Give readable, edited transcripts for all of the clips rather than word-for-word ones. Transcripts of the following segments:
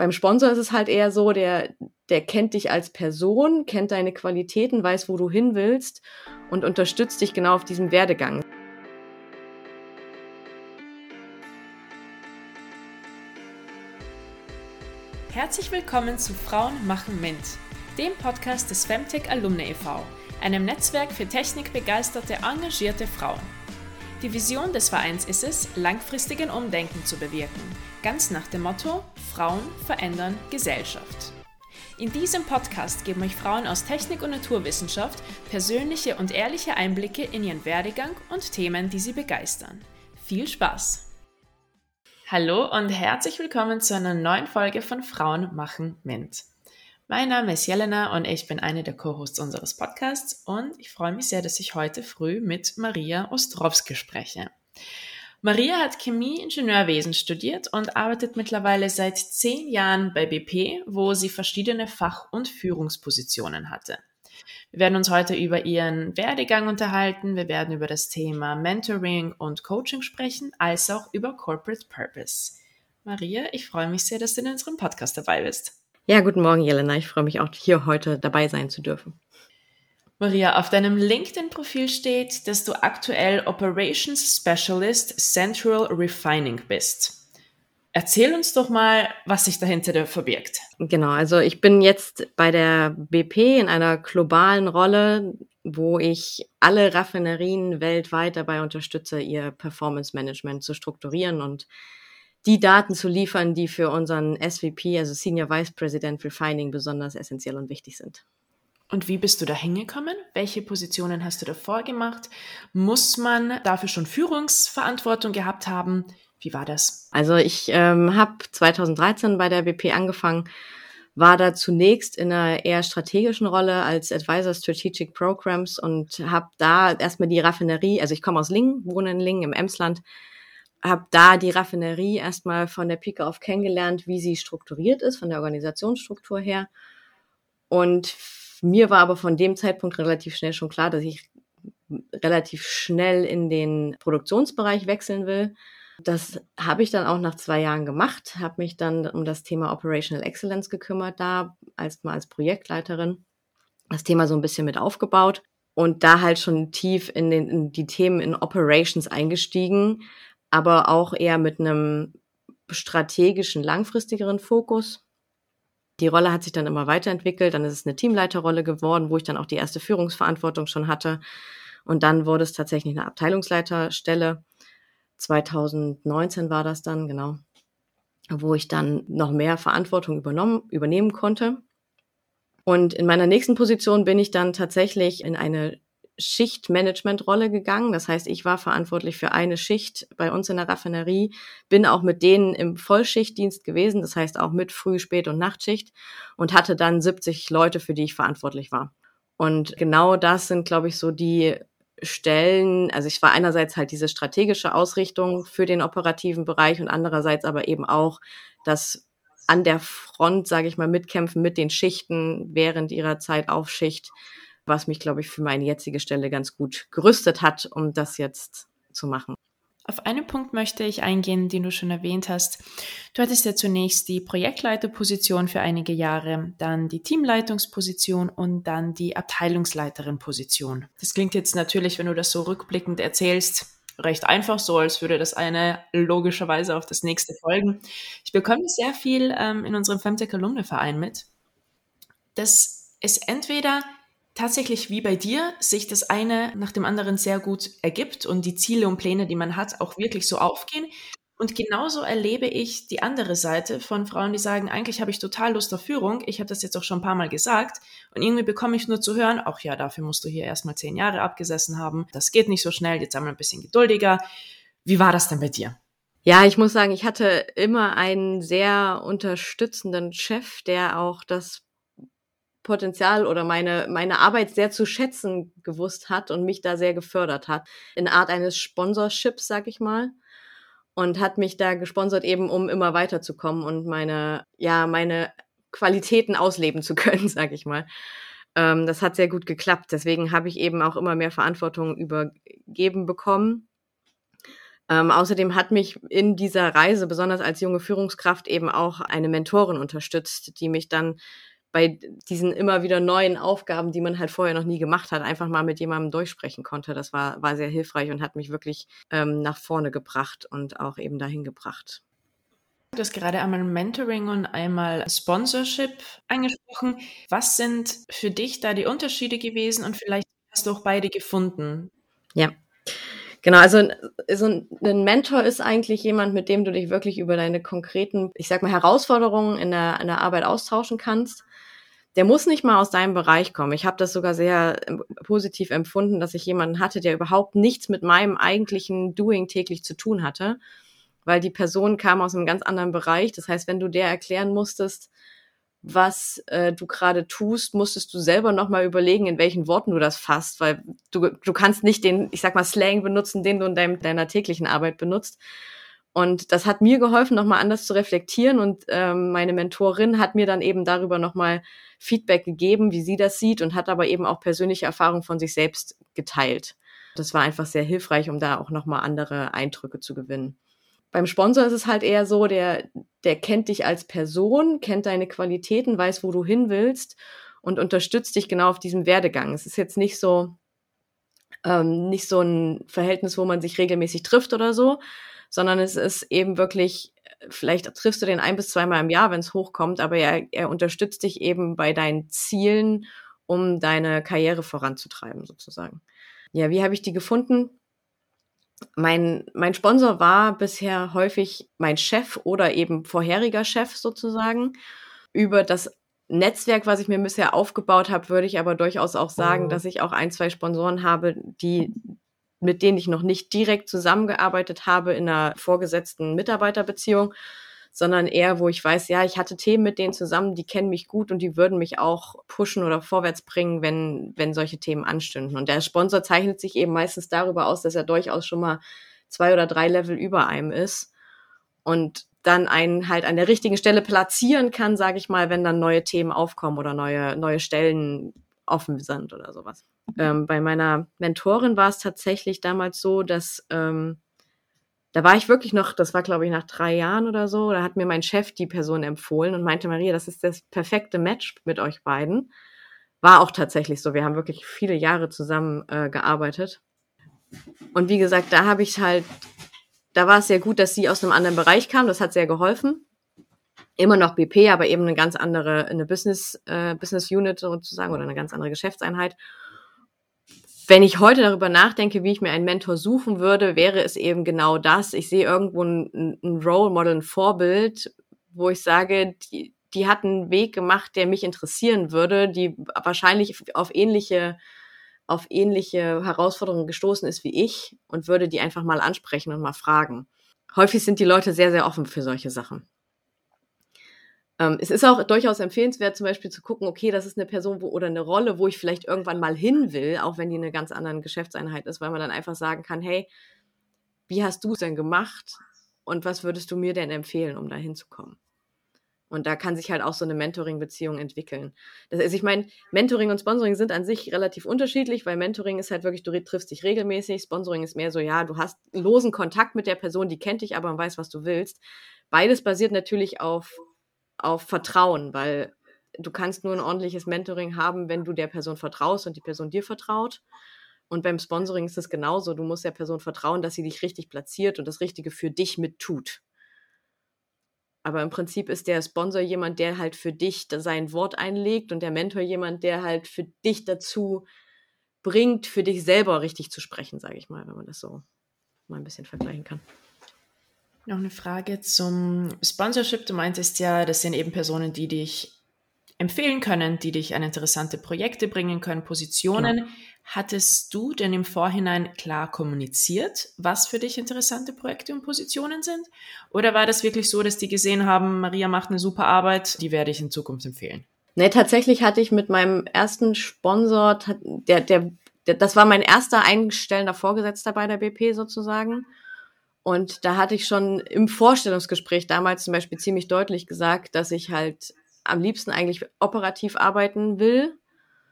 Beim Sponsor ist es halt eher so, der kennt dich als Person, kennt deine Qualitäten, weiß, wo du hin willst und unterstützt dich genau auf diesem Werdegang. Herzlich willkommen zu Frauen machen Mint, dem Podcast des Femtech Alumni e.V., einem Netzwerk für technikbegeisterte, engagierte Frauen. Die Vision des Vereins ist es, langfristigen Umdenken zu bewirken, ganz nach dem Motto: Frauen verändern Gesellschaft. In diesem Podcast geben euch Frauen aus Technik und Naturwissenschaft persönliche und ehrliche Einblicke in ihren Werdegang und Themen, die sie begeistern. Viel Spaß! Hallo und herzlich willkommen zu einer neuen Folge von Frauen machen Mint. Mein Name ist Jelena und ich bin eine der Co-Hosts unseres Podcasts und ich freue mich sehr, dass ich heute früh mit Maria Ostrowski spreche. Maria hat Chemie-Ingenieurwesen studiert und arbeitet mittlerweile seit 10 Jahren bei BP, wo sie verschiedene Fach- und Führungspositionen hatte. Wir werden uns heute über ihren Werdegang unterhalten, wir werden über das Thema Mentoring und Coaching sprechen, als auch über Corporate Purpose. Maria, ich freue mich sehr, dass du in unserem Podcast dabei bist. Ja, guten Morgen, Jelena. Ich freue mich auch, hier heute dabei sein zu dürfen. Maria, auf deinem LinkedIn-Profil steht, dass du aktuell Operations Specialist Central Refining bist. Erzähl uns doch mal, was sich dahinter verbirgt. Genau, also ich bin jetzt bei der BP in einer globalen Rolle, wo ich alle Raffinerien weltweit dabei unterstütze, ihr Performance-Management zu strukturieren und die Daten zu liefern, die für unseren SVP, also Senior Vice President Refining, besonders essentiell und wichtig sind. Und wie bist du da hingekommen? Welche Positionen hast du davor gemacht? Muss man dafür schon Führungsverantwortung gehabt haben? Wie war das? Also ich habe 2013 bei der BP angefangen, war da zunächst in einer eher strategischen Rolle als Advisor Strategic Programs und habe da erstmal die Raffinerie, also ich komme aus Lingen, wohne in Lingen im Emsland, habe da die Raffinerie erstmal von der Pike auf kennengelernt, wie sie strukturiert ist, von der Organisationsstruktur her. Und mir war aber von dem Zeitpunkt relativ schnell schon klar, dass ich relativ schnell in den Produktionsbereich wechseln will. Das habe ich dann auch nach 2 Jahren gemacht, habe mich dann um das Thema Operational Excellence gekümmert, da als Projektleiterin, das Thema so ein bisschen mit aufgebaut und da halt schon tief in die Themen in Operations eingestiegen, aber auch eher mit einem strategischen, langfristigeren Fokus. Die Rolle hat sich dann immer weiterentwickelt, dann ist es eine Teamleiterrolle geworden, wo ich dann auch die erste Führungsverantwortung schon hatte und dann wurde es tatsächlich eine Abteilungsleiterstelle. 2019 war das dann, genau, wo ich dann noch mehr Verantwortung übernehmen konnte. Und in meiner nächsten Position bin ich dann tatsächlich in eine Schichtmanagement-Rolle gegangen. Das heißt, ich war verantwortlich für eine Schicht bei uns in der Raffinerie, bin auch mit denen im Vollschichtdienst gewesen, das heißt auch mit Früh-, Spät- und Nachtschicht und hatte dann 70 Leute, für die ich verantwortlich war. Und genau das sind, glaube ich, so die Stellen, also ich war einerseits halt diese strategische Ausrichtung für den operativen Bereich und andererseits aber eben auch das an der Front, sage ich mal, mitkämpfen mit den Schichten während ihrer Zeit auf Schicht, was mich, glaube ich, für meine jetzige Stelle ganz gut gerüstet hat, um das jetzt zu machen. Auf einen Punkt möchte ich eingehen, den du schon erwähnt hast. Du hattest ja zunächst die Projektleiterposition für einige Jahre, dann die Teamleitungsposition und dann die Abteilungsleiterin-Position. Das klingt jetzt natürlich, wenn du das so rückblickend erzählst, recht einfach, so als würde das eine logischerweise auf das nächste folgen. Ich bekomme sehr viel in unserem Femtech Alumni Verein mit, dass es entweder tatsächlich wie bei dir sich das eine nach dem anderen sehr gut ergibt und die Ziele und Pläne, die man hat, auch wirklich so aufgehen. Und genauso erlebe ich die andere Seite von Frauen, die sagen, eigentlich habe ich total Lust auf Führung, ich habe das jetzt auch schon ein paar Mal gesagt und irgendwie bekomme ich nur zu hören, ach ja, dafür musst du hier erstmal 10 Jahre abgesessen haben, das geht nicht so schnell, jetzt einmal ein bisschen geduldiger. Wie war das denn bei dir? Ja, ich muss sagen, ich hatte immer einen sehr unterstützenden Chef, der auch das Potenzial oder meine Arbeit sehr zu schätzen gewusst hat und mich da sehr gefördert hat. In Art eines Sponsorships, sag ich mal. Und hat mich da gesponsert eben, um immer weiterzukommen und meine Qualitäten ausleben zu können, sag ich mal. Das hat sehr gut geklappt. Deswegen habe ich eben auch immer mehr Verantwortung übergeben bekommen. Außerdem hat mich in dieser Reise, besonders als junge Führungskraft, eben auch eine Mentorin unterstützt, die mich dann bei diesen immer wieder neuen Aufgaben, die man halt vorher noch nie gemacht hat, einfach mal mit jemandem durchsprechen konnte. Das war sehr hilfreich und hat mich wirklich nach vorne gebracht und auch eben dahin gebracht. Du hast gerade einmal Mentoring und einmal Sponsorship angesprochen. Was sind für dich da die Unterschiede gewesen und vielleicht hast du auch beide gefunden? Ja, genau. Also ein Mentor ist eigentlich jemand, mit dem du dich wirklich über deine konkreten, ich sag mal, Herausforderungen in der Arbeit austauschen kannst. Der muss nicht mal aus deinem Bereich kommen. Ich habe das sogar sehr positiv empfunden, dass ich jemanden hatte, der überhaupt nichts mit meinem eigentlichen Doing täglich zu tun hatte, weil die Person kam aus einem ganz anderen Bereich. Das heißt, wenn du der erklären musstest, was du gerade tust, musstest du selber nochmal überlegen, in welchen Worten du das fasst, weil du kannst nicht den, ich sag mal, Slang benutzen, den du in deiner täglichen Arbeit benutzt. Und das hat mir geholfen, nochmal anders zu reflektieren. Und meine Mentorin hat mir dann eben darüber nochmal Feedback gegeben, wie sie das sieht, und hat aber eben auch persönliche Erfahrungen von sich selbst geteilt. Das war einfach sehr hilfreich, um da auch nochmal andere Eindrücke zu gewinnen. Beim Sponsor ist es halt eher so, der kennt dich als Person, kennt deine Qualitäten, weiß, wo du hin willst und unterstützt dich genau auf diesem Werdegang. Es ist jetzt nicht so ein Verhältnis, wo man sich regelmäßig trifft oder so, sondern es ist eben wirklich, vielleicht triffst du den 1 bis 2 Mal im Jahr, wenn es hochkommt, aber er unterstützt dich eben bei deinen Zielen, um deine Karriere voranzutreiben, sozusagen. Ja, wie habe ich die gefunden? Mein Sponsor war bisher häufig mein Chef oder eben vorheriger Chef sozusagen. Über das Netzwerk, was ich mir bisher aufgebaut habe, würde ich aber durchaus auch sagen, dass ich auch 1, 2 Sponsoren habe, mit denen ich noch nicht direkt zusammengearbeitet habe in einer vorgesetzten Mitarbeiterbeziehung, sondern eher, wo ich weiß, ja, ich hatte Themen mit denen zusammen, die kennen mich gut und die würden mich auch pushen oder vorwärts bringen, wenn solche Themen anstünden. Und der Sponsor zeichnet sich eben meistens darüber aus, dass er durchaus schon mal 2 oder 3 Level über einem ist und dann einen halt an der richtigen Stelle platzieren kann, sage ich mal, wenn dann neue Themen aufkommen oder neue Stellen offen sind oder sowas. Bei meiner Mentorin war es tatsächlich damals so, dass da war ich wirklich noch, das war glaube ich nach 3 Jahren oder so, da hat mir mein Chef die Person empfohlen und meinte, Maria, das ist das perfekte Match mit euch beiden. War auch tatsächlich so, wir haben wirklich viele Jahre zusammen gearbeitet. Und wie gesagt, da war es sehr gut, dass sie aus einem anderen Bereich kam, das hat sehr geholfen. Immer noch BP, aber eben eine ganz andere, eine Business Unit sozusagen oder eine ganz andere Geschäftseinheit. Wenn ich heute darüber nachdenke, wie ich mir einen Mentor suchen würde, wäre es eben genau das. Ich sehe irgendwo ein Role Model, ein Vorbild, wo ich sage, die hat einen Weg gemacht, der mich interessieren würde, die wahrscheinlich auf ähnliche Herausforderungen gestoßen ist wie ich und würde die einfach mal ansprechen und mal fragen. Häufig sind die Leute sehr, sehr offen für solche Sachen. Es ist auch durchaus empfehlenswert, zum Beispiel zu gucken, okay, das ist eine Person oder eine Rolle, wo ich vielleicht irgendwann mal hin will, auch wenn die eine ganz andere Geschäftseinheit ist, weil man dann einfach sagen kann, hey, wie hast du es denn gemacht und was würdest du mir denn empfehlen, um da hinzukommen? Und da kann sich halt auch so eine Mentoring-Beziehung entwickeln. Ich meine, Mentoring und Sponsoring sind an sich relativ unterschiedlich, weil Mentoring ist halt wirklich, du triffst dich regelmäßig, Sponsoring ist mehr so, ja, du hast losen Kontakt mit der Person, die kennt dich aber und weiß, was du willst. Beides basiert natürlich auf Vertrauen, weil du kannst nur ein ordentliches Mentoring haben, wenn du der Person vertraust und die Person dir vertraut. Und beim Sponsoring ist es genauso. Du musst der Person vertrauen, dass sie dich richtig platziert und das Richtige für dich mit tut. Aber im Prinzip ist der Sponsor jemand, der halt für dich sein Wort einlegt und der Mentor jemand, der halt für dich dazu bringt, für dich selber richtig zu sprechen, sage ich mal, wenn man das so mal ein bisschen vergleichen kann. Noch eine Frage zum Sponsorship. Du meintest ja, das sind eben Personen, die dich empfehlen können, die dich an interessante Projekte bringen können, Positionen. Genau. Hattest du denn im Vorhinein klar kommuniziert, was für dich interessante Projekte und Positionen sind? Oder war das wirklich so, dass die gesehen haben, Maria macht eine super Arbeit, die werde ich in Zukunft empfehlen? Nee, tatsächlich hatte ich mit meinem ersten Sponsor, das war mein erster eingestellender Vorgesetzter bei der BP sozusagen. Und da hatte ich schon im Vorstellungsgespräch damals zum Beispiel ziemlich deutlich gesagt, dass ich halt am liebsten eigentlich operativ arbeiten will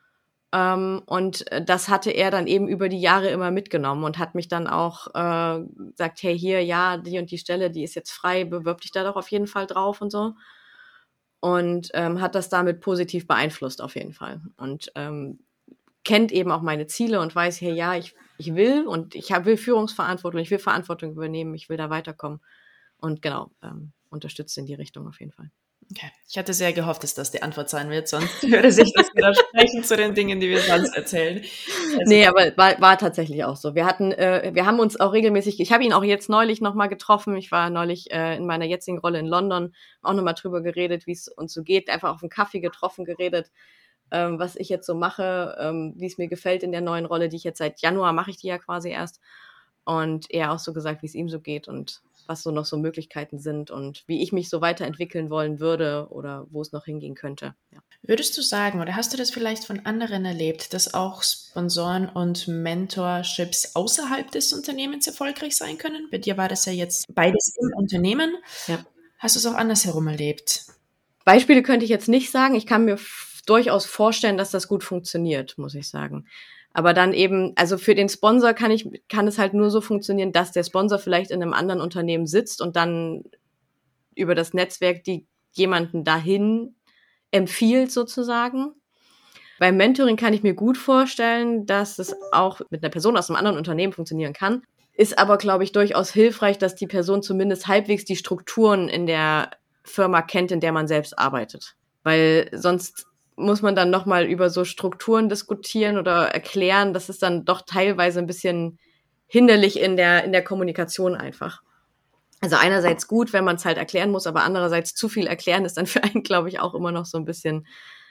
Und das hatte er dann eben über die Jahre immer mitgenommen und hat mich dann auch gesagt, hey, hier, ja, die und die Stelle, die ist jetzt frei, bewirb dich da doch auf jeden Fall drauf und so. Und hat das damit positiv beeinflusst auf jeden Fall. Und kennt eben auch meine Ziele und weiß, hey, ja, ich will und will Führungsverantwortung, ich will Verantwortung übernehmen, ich will da weiterkommen. Und genau, unterstützt in die Richtung auf jeden Fall. Okay. Ich hatte sehr gehofft, dass das die Antwort sein wird, sonst würde sich das widersprechen zu den Dingen, die wir sonst erzählen. Also, nee, aber war tatsächlich auch so. Wir haben uns auch regelmäßig, ich habe ihn auch jetzt neulich nochmal getroffen. Ich war neulich in meiner jetzigen Rolle in London, auch nochmal drüber geredet, wie es uns so geht, einfach auf einen Kaffee getroffen, geredet, was ich jetzt so mache, wie es mir gefällt in der neuen Rolle, die ich jetzt seit Januar mache ich die ja quasi erst. Und er auch so gesagt, wie es ihm so geht und was so noch so Möglichkeiten sind und wie ich mich so weiterentwickeln wollen würde oder wo es noch hingehen könnte. Ja. Würdest du sagen, oder hast du das vielleicht von anderen erlebt, dass auch Sponsoren und Mentorships außerhalb des Unternehmens erfolgreich sein können? Bei dir war das ja jetzt beides im Unternehmen. Ja. Hast du es auch andersherum erlebt? Beispiele könnte ich jetzt nicht sagen. Ich kann mir durchaus vorstellen, dass das gut funktioniert, muss ich sagen. Aber dann eben, also für den Sponsor kann es halt nur so funktionieren, dass der Sponsor vielleicht in einem anderen Unternehmen sitzt und dann über das Netzwerk jemanden dahin empfiehlt sozusagen. Beim Mentoring kann ich mir gut vorstellen, dass es auch mit einer Person aus einem anderen Unternehmen funktionieren kann. Ist aber, glaube ich, durchaus hilfreich, dass die Person zumindest halbwegs die Strukturen in der Firma kennt, in der man selbst arbeitet. Weil sonst muss man dann nochmal über so Strukturen diskutieren oder erklären. Das ist dann doch teilweise ein bisschen hinderlich in der Kommunikation einfach. Also einerseits gut, wenn man es halt erklären muss, aber andererseits zu viel erklären ist dann für einen, glaube ich, auch immer noch so ein bisschen,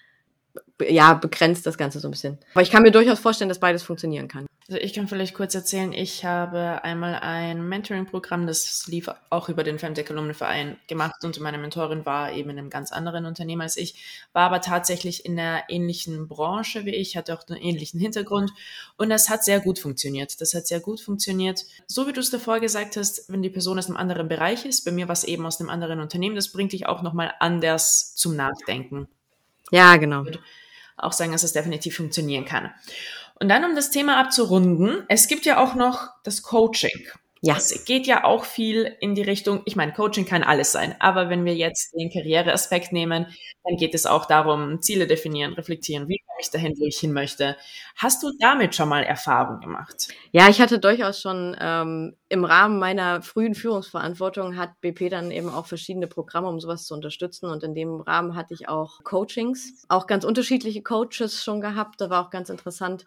ja, begrenzt das Ganze so ein bisschen. Aber ich kann mir durchaus vorstellen, dass beides funktionieren kann. Also ich kann vielleicht kurz erzählen, ich habe einmal ein Mentoring-Programm, das lief auch über den Femtech Alumni Verein gemacht und meine Mentorin war eben in einem ganz anderen Unternehmen als ich, war aber tatsächlich in einer ähnlichen Branche wie ich, hatte auch einen ähnlichen Hintergrund und das hat sehr gut funktioniert. Das hat sehr gut funktioniert. So wie du es davor gesagt hast, wenn die Person aus einem anderen Bereich ist, bei mir war es eben aus einem anderen Unternehmen, das bringt dich auch nochmal anders zum Nachdenken. Ja, genau. Ich würde auch sagen, dass es definitiv funktionieren kann. Und dann, um das Thema abzurunden, es gibt ja auch noch das Coaching. Ja. Es geht ja auch viel in die Richtung, ich meine, Coaching kann alles sein, aber wenn wir jetzt den Karriereaspekt nehmen, dann geht es auch darum, Ziele definieren, reflektieren, wie komme ich dahin, wo ich hin möchte. Hast du damit schon mal Erfahrung gemacht? Ja, ich hatte durchaus schon im Rahmen meiner frühen Führungsverantwortung hat BP dann eben auch verschiedene Programme, um sowas zu unterstützen. Und in dem Rahmen hatte ich auch Coachings, auch ganz unterschiedliche Coaches schon gehabt. Da war auch ganz interessant.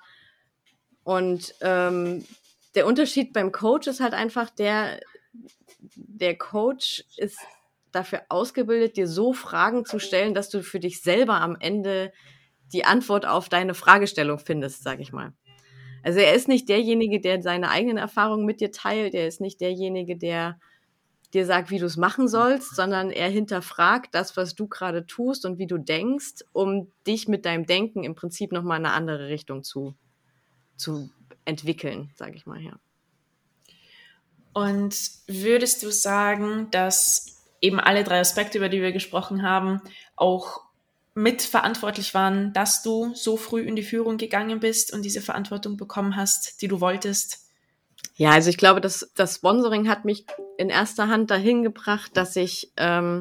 Und der Unterschied beim Coach ist halt einfach, der Coach ist dafür ausgebildet, dir so Fragen zu stellen, dass du für dich selber am Ende die Antwort auf deine Fragestellung findest, sag ich mal. Also er ist nicht derjenige, der seine eigenen Erfahrungen mit dir teilt, er ist nicht derjenige, der dir sagt, wie du es machen sollst, sondern er hinterfragt das, was du gerade tust und wie du denkst, um dich mit deinem Denken im Prinzip nochmal in eine andere Richtung zu entwickeln, sage ich mal, ja. Und würdest du sagen, dass eben alle drei Aspekte, über die wir gesprochen haben, auch mitverantwortlich waren, dass du so früh in die Führung gegangen bist und diese Verantwortung bekommen hast, die du wolltest? Ja, also ich glaube, das Sponsoring hat mich in erster Hand dahin gebracht, dass ich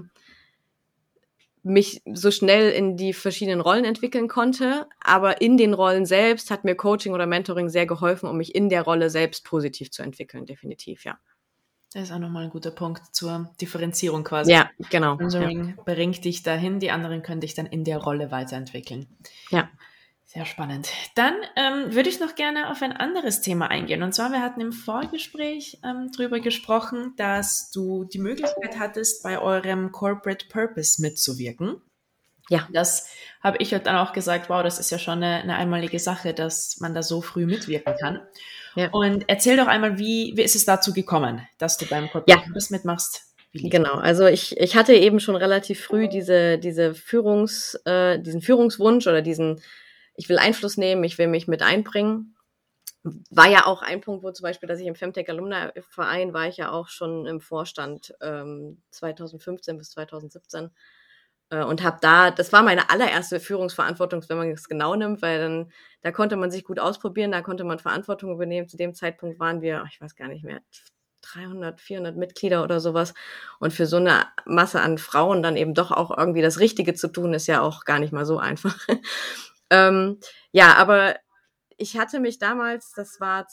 mich so schnell in die verschiedenen Rollen entwickeln konnte. Aber in den Rollen selbst hat mir Coaching oder Mentoring sehr geholfen, um mich in der Rolle selbst positiv zu entwickeln, definitiv, ja. Das ist auch nochmal ein guter Punkt zur Differenzierung quasi. Ja, genau. Sponsoring bringt dich dahin, die anderen können dich dann in der Rolle weiterentwickeln. Ja. Sehr spannend. Dann würde ich noch gerne auf ein anderes Thema eingehen. Und zwar, wir hatten im Vorgespräch drüber gesprochen, dass du die Möglichkeit hattest, bei eurem Corporate Purpose mitzuwirken. Ja. Das habe ich halt dann auch gesagt, wow, das ist ja schon eine einmalige Sache, dass man da so früh mitwirken kann. Ja. Und erzähl doch einmal, wie ist es dazu gekommen, dass du beim Corporate Purpose mitmachst? Genau, also ich hatte eben schon relativ früh diesen Führungswunsch oder ich will Einfluss nehmen, ich will mich mit einbringen. War ja auch ein Punkt, wo zum Beispiel, dass ich im Femtech Alumni Verein war ich ja auch schon im Vorstand 2015 bis 2017. Und das war meine allererste Führungsverantwortung, wenn man es genau nimmt, weil da konnte man sich gut ausprobieren, da konnte man Verantwortung übernehmen. Zu dem Zeitpunkt waren wir, ich weiß gar nicht mehr, 300, 400 Mitglieder oder sowas. Und für so eine Masse an Frauen dann eben doch auch irgendwie das Richtige zu tun, ist ja auch gar nicht mal so einfach. Ja, aber ich hatte mich damals, das war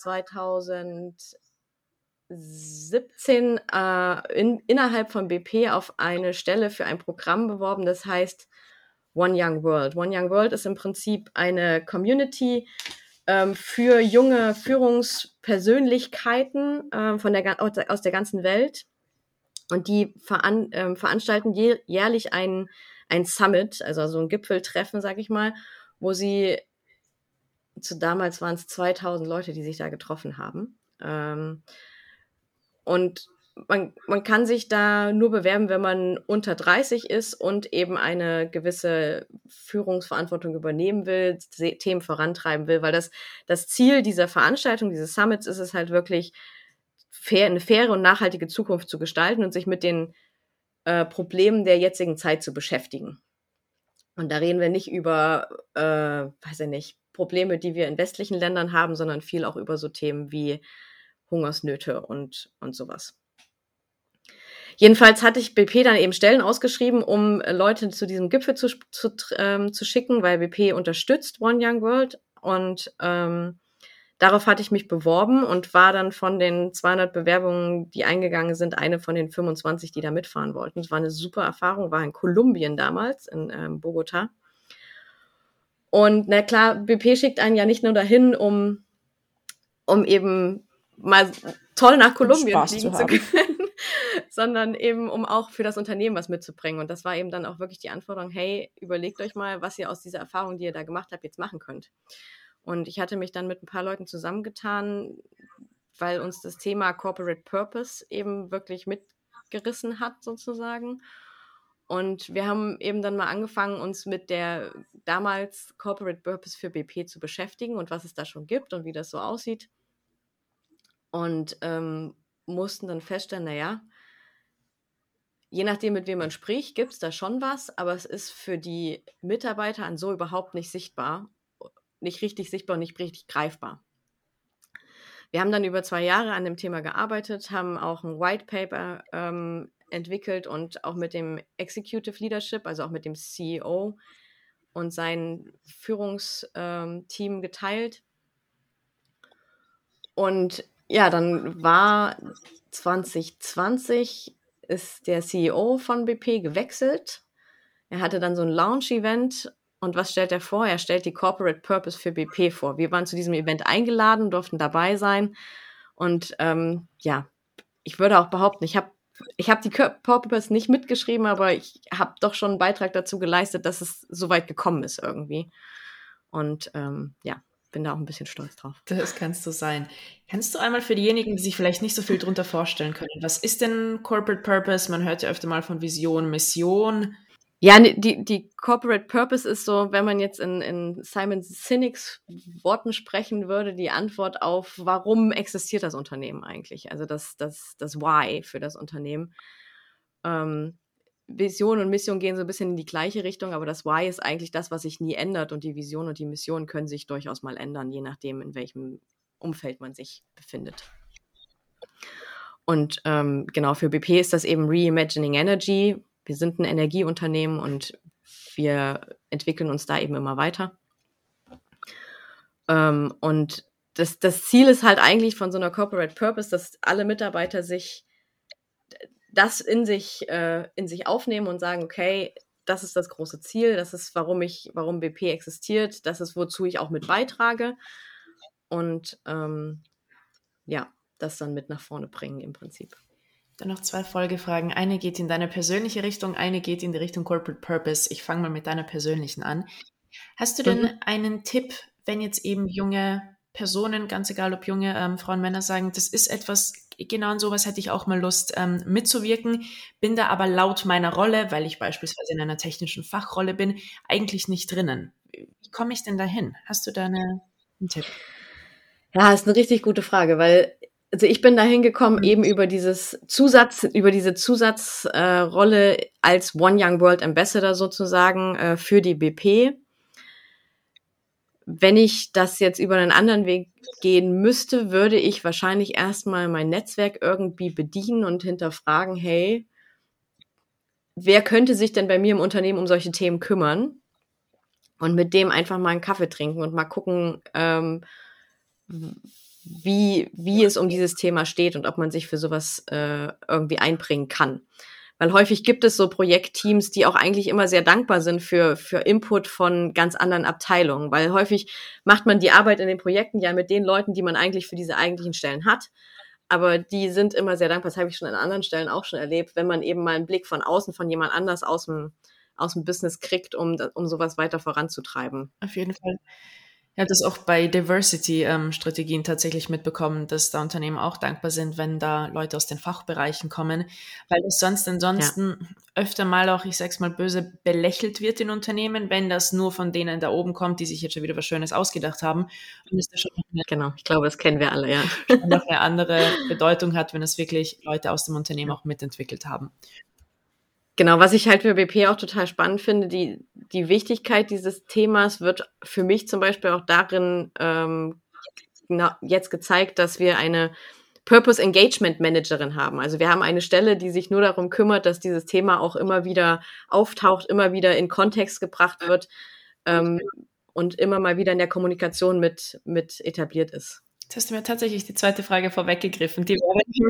2017, innerhalb von BP auf eine Stelle für ein Programm beworben, das heißt One Young World. One Young World ist im Prinzip eine Community für junge Führungspersönlichkeiten aus der ganzen Welt. Und die veranstalten jährlich ein Summit, also so ein Gipfeltreffen, sag ich mal, wo sie damals waren es 2000 Leute, die sich da getroffen haben. Und man kann sich da nur bewerben, wenn man unter 30 ist und eben eine gewisse Führungsverantwortung übernehmen will, Themen vorantreiben will, weil das Ziel dieser Veranstaltung, dieses Summits ist es halt wirklich, eine faire und nachhaltige Zukunft zu gestalten und sich mit den Problemen der jetzigen Zeit zu beschäftigen. Und da reden wir nicht über, weiß ich nicht, Probleme, die wir in westlichen Ländern haben, sondern viel auch über so Themen wie Hungersnöte und sowas. Jedenfalls hatte ich BP dann eben Stellen ausgeschrieben, um Leute zu diesem Gipfel zu schicken, weil BP unterstützt One Young World. Und darauf hatte ich mich beworben und war dann von den 200 Bewerbungen, die eingegangen sind, eine von den 25, die da mitfahren wollten. Es war eine super Erfahrung, war in Kolumbien damals, in Bogota. Und na klar, BP schickt einen ja nicht nur dahin, um eben mal toll nach Kolumbien fliegen zu können, sondern eben um auch für das Unternehmen was mitzubringen. Und das war eben dann auch wirklich die Anforderung, hey, überlegt euch mal, was ihr aus dieser Erfahrung, die ihr da gemacht habt, jetzt machen könnt. Und ich hatte mich dann mit ein paar Leuten zusammengetan, weil uns das Thema Corporate Purpose eben wirklich mitgerissen hat, sozusagen. Und wir haben eben dann mal angefangen, uns mit der damals Corporate Purpose für BP zu beschäftigen und was es da schon gibt und wie das so aussieht. Und mussten dann feststellen, naja, je nachdem, mit wem man spricht, gibt es da schon was, aber es ist für die Mitarbeiter an so überhaupt nicht sichtbar, nicht richtig sichtbar und nicht richtig greifbar. Wir haben dann über 2 Jahre an dem Thema gearbeitet, haben auch ein White Paper entwickelt und auch mit dem Executive Leadership, also auch mit dem CEO und sein Führungsteam geteilt. Und ja, dann war 2020 ist der CEO von BP gewechselt. Er hatte dann so ein Launch-Event. Und was stellt er vor? Er stellt die Corporate Purpose für BP vor. Wir waren zu diesem Event eingeladen, durften dabei sein. Und ja, ich würde auch behaupten, ich habe die Corporate Purpose nicht mitgeschrieben, aber ich habe doch schon einen Beitrag dazu geleistet, dass es so weit gekommen ist irgendwie. Und ja, bin da auch ein bisschen stolz drauf. Das kannst du sein. Kannst du einmal für diejenigen, die sich vielleicht nicht so viel drunter vorstellen können, was ist denn Corporate Purpose? Man hört ja öfter mal von Vision, Mission. Ja, die Corporate Purpose ist so, wenn man jetzt in Simon Sinek's Worten sprechen würde, die Antwort auf, warum existiert das Unternehmen eigentlich? Also das Why für das Unternehmen. Vision und Mission gehen so ein bisschen in die gleiche Richtung, aber das Why ist eigentlich das, was sich nie ändert und die Vision und die Mission können sich durchaus mal ändern, je nachdem, in welchem Umfeld man sich befindet. Und genau, für BP ist das eben Reimagining Energy. Wir sind ein Energieunternehmen und wir entwickeln uns da eben immer weiter. Und das Ziel ist halt eigentlich von so einer Corporate Purpose, dass alle Mitarbeiter sich das in sich aufnehmen und sagen, okay, das ist das große Ziel, das ist, warum BP existiert, das ist, wozu ich auch mit beitrage und ja, das dann mit nach vorne bringen im Prinzip. Dann noch 2 Folgefragen. Eine geht in deine persönliche Richtung, eine geht in die Richtung Corporate Purpose. Ich fange mal mit deiner persönlichen an. Hast du denn einen Tipp, wenn jetzt eben junge Personen, ganz egal ob junge Frauen, Männer, sagen, das ist etwas, genau an sowas hätte ich auch mal Lust mitzuwirken, bin da aber laut meiner Rolle, weil ich beispielsweise in einer technischen Fachrolle bin, eigentlich nicht drinnen. Wie komme ich denn dahin? Hast du da einen Tipp? Ja, ist eine richtig gute Frage, weil Also ich bin dahin gekommen eben über diese Zusatzrolle als One Young World Ambassador sozusagen für die BP. Wenn ich das jetzt über einen anderen Weg gehen müsste, würde ich wahrscheinlich erstmal mein Netzwerk irgendwie bedienen und hinterfragen, hey, wer könnte sich denn bei mir im Unternehmen um solche Themen kümmern? Und mit dem einfach mal einen Kaffee trinken und mal gucken, wie es um dieses Thema steht und ob man sich für sowas irgendwie einbringen kann. Weil häufig gibt es so Projektteams, die auch eigentlich immer sehr dankbar sind für Input von ganz anderen Abteilungen, weil häufig macht man die Arbeit in den Projekten ja mit den Leuten, die man eigentlich für diese eigentlichen Stellen hat. Aber die sind immer sehr dankbar, das habe ich schon an anderen Stellen auch schon erlebt, wenn man eben mal einen Blick von außen, von jemand anders aus dem Business kriegt, um sowas weiter voranzutreiben. Auf jeden Fall. Ich habe das auch bei Diversity-Strategien tatsächlich mitbekommen, dass da Unternehmen auch dankbar sind, wenn da Leute aus den Fachbereichen kommen, weil das ansonsten öfter mal auch, ich sag's mal böse, belächelt wird in Unternehmen, wenn das nur von denen da oben kommt, die sich jetzt schon wieder was Schönes ausgedacht haben. Und es da schon Genau, ich glaube, das kennen wir alle, ja. noch eine andere Bedeutung hat, wenn es wirklich Leute aus dem Unternehmen auch mitentwickelt haben. Genau, was ich halt für BP auch total spannend finde, die Wichtigkeit dieses Themas wird für mich zum Beispiel auch darin jetzt gezeigt, dass wir eine Purpose Engagement Managerin haben. Also wir haben eine Stelle, die sich nur darum kümmert, dass dieses Thema auch immer wieder auftaucht, immer wieder in Kontext gebracht wird und immer mal wieder in der Kommunikation mit etabliert ist. Jetzt hast du mir tatsächlich die zweite Frage vorweggegriffen. Die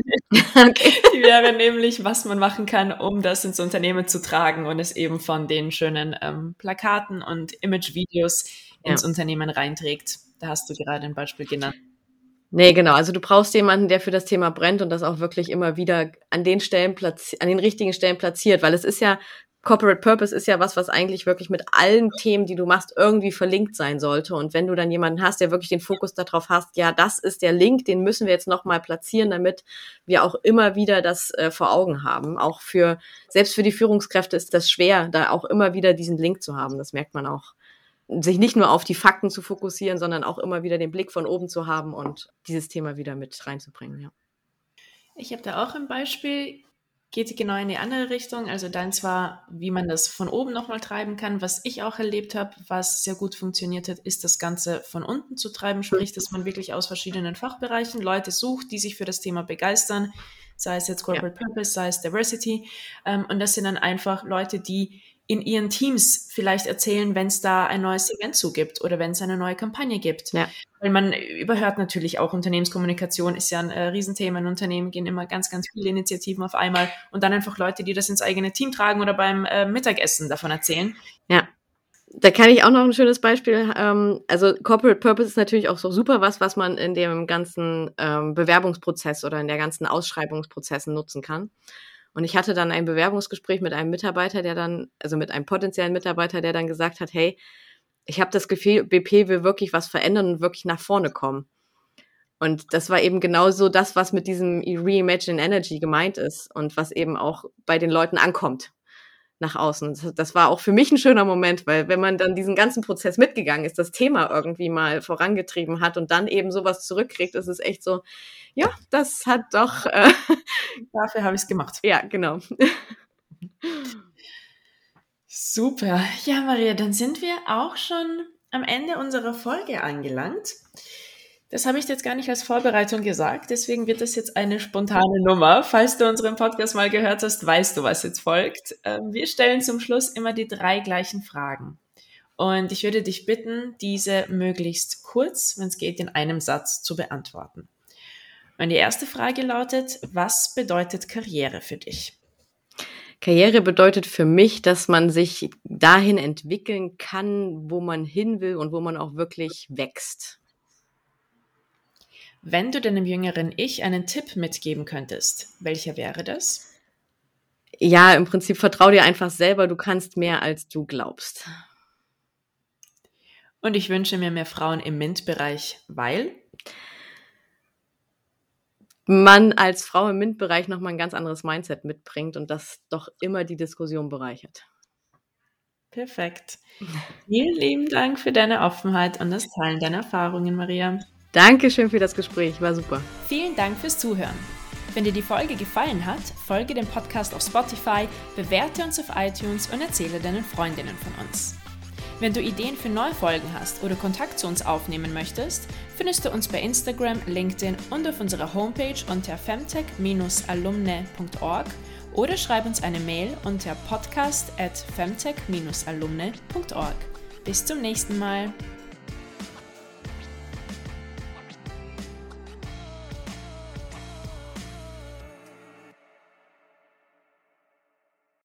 wäre nämlich, was man machen kann, um das ins Unternehmen zu tragen und es eben von den schönen Plakaten und Image-Videos ins Unternehmen reinträgt. Da hast du gerade ein Beispiel genannt. Nee, genau. Also du brauchst jemanden, der für das Thema brennt und das auch wirklich immer wieder an den richtigen Stellen platziert, weil es ist ja, Corporate Purpose ist ja was eigentlich wirklich mit allen Themen, die du machst, irgendwie verlinkt sein sollte. Und wenn du dann jemanden hast, der wirklich den Fokus darauf hast, ja, das ist der Link, den müssen wir jetzt nochmal platzieren, damit wir auch immer wieder das vor Augen haben. Auch selbst für die Führungskräfte ist das schwer, da auch immer wieder diesen Link zu haben. Das merkt man auch. Sich nicht nur auf die Fakten zu fokussieren, sondern auch immer wieder den Blick von oben zu haben und dieses Thema wieder mit reinzubringen, ja. Ich habe da auch ein Beispiel, geht genau in die andere Richtung. Also dann zwar, wie man das von oben nochmal treiben kann. Was ich auch erlebt habe, was sehr gut funktioniert hat, ist das Ganze von unten zu treiben. Sprich, dass man wirklich aus verschiedenen Fachbereichen Leute sucht, die sich für das Thema begeistern. Sei es jetzt Corporate Purpose, sei es Diversity. Und das sind dann einfach Leute, die in ihren Teams vielleicht erzählen, wenn es da ein neues Event zugibt oder wenn es eine neue Kampagne gibt. Ja. Weil man überhört natürlich auch, Unternehmenskommunikation ist ja ein Riesenthema. In Unternehmen gehen immer ganz, ganz viele Initiativen auf einmal und dann einfach Leute, die das ins eigene Team tragen oder beim Mittagessen davon erzählen. Ja, da kann ich auch noch ein schönes Beispiel. Also Corporate Purpose ist natürlich auch so super was man in dem ganzen Bewerbungsprozess oder in der ganzen Ausschreibungsprozessen nutzen kann. Und ich hatte dann ein Bewerbungsgespräch mit einem Mitarbeiter, mit einem potenziellen Mitarbeiter, der dann gesagt hat, hey, ich habe das Gefühl, BP will wirklich was verändern und wirklich nach vorne kommen. Und das war eben genauso das, was mit diesem Reimagine Energy gemeint ist und was eben auch bei den Leuten ankommt nach außen. Das war auch für mich ein schöner Moment, weil wenn man dann diesen ganzen Prozess mitgegangen ist, das Thema irgendwie mal vorangetrieben hat und dann eben sowas zurückkriegt, ist es echt so, ja, das hat doch... Dafür habe ich es gemacht. Ja, genau. Super. Ja, Maria, dann sind wir auch schon am Ende unserer Folge angelangt. Das habe ich jetzt gar nicht als Vorbereitung gesagt, deswegen wird das jetzt eine spontane Nummer. Falls du unseren Podcast mal gehört hast, weißt du, was jetzt folgt. Wir stellen zum Schluss immer die 3 gleichen Fragen. Und ich würde dich bitten, diese möglichst kurz, wenn es geht, in einem Satz zu beantworten. Und die erste Frage lautet, was bedeutet Karriere für dich? Karriere bedeutet für mich, dass man sich dahin entwickeln kann, wo man hin will und wo man auch wirklich wächst. Wenn du deinem jüngeren Ich einen Tipp mitgeben könntest, welcher wäre das? Ja, im Prinzip vertrau dir einfach selber, du kannst mehr, als du glaubst. Und ich wünsche mir mehr Frauen im MINT-Bereich, weil man als Frau im MINT-Bereich nochmal ein ganz anderes Mindset mitbringt und das doch immer die Diskussion bereichert. Perfekt. Vielen lieben Dank für deine Offenheit und das Teilen deiner Erfahrungen, Maria. Dankeschön für das Gespräch, war super. Vielen Dank fürs Zuhören. Wenn dir die Folge gefallen hat, folge dem Podcast auf Spotify, bewerte uns auf iTunes und erzähle deinen Freundinnen von uns. Wenn du Ideen für neue Folgen hast oder Kontakt zu uns aufnehmen möchtest, findest du uns bei Instagram, LinkedIn und auf unserer Homepage unter femtech-alumne.org oder schreib uns eine Mail unter podcast@femtech-alumne.org. Bis zum nächsten Mal.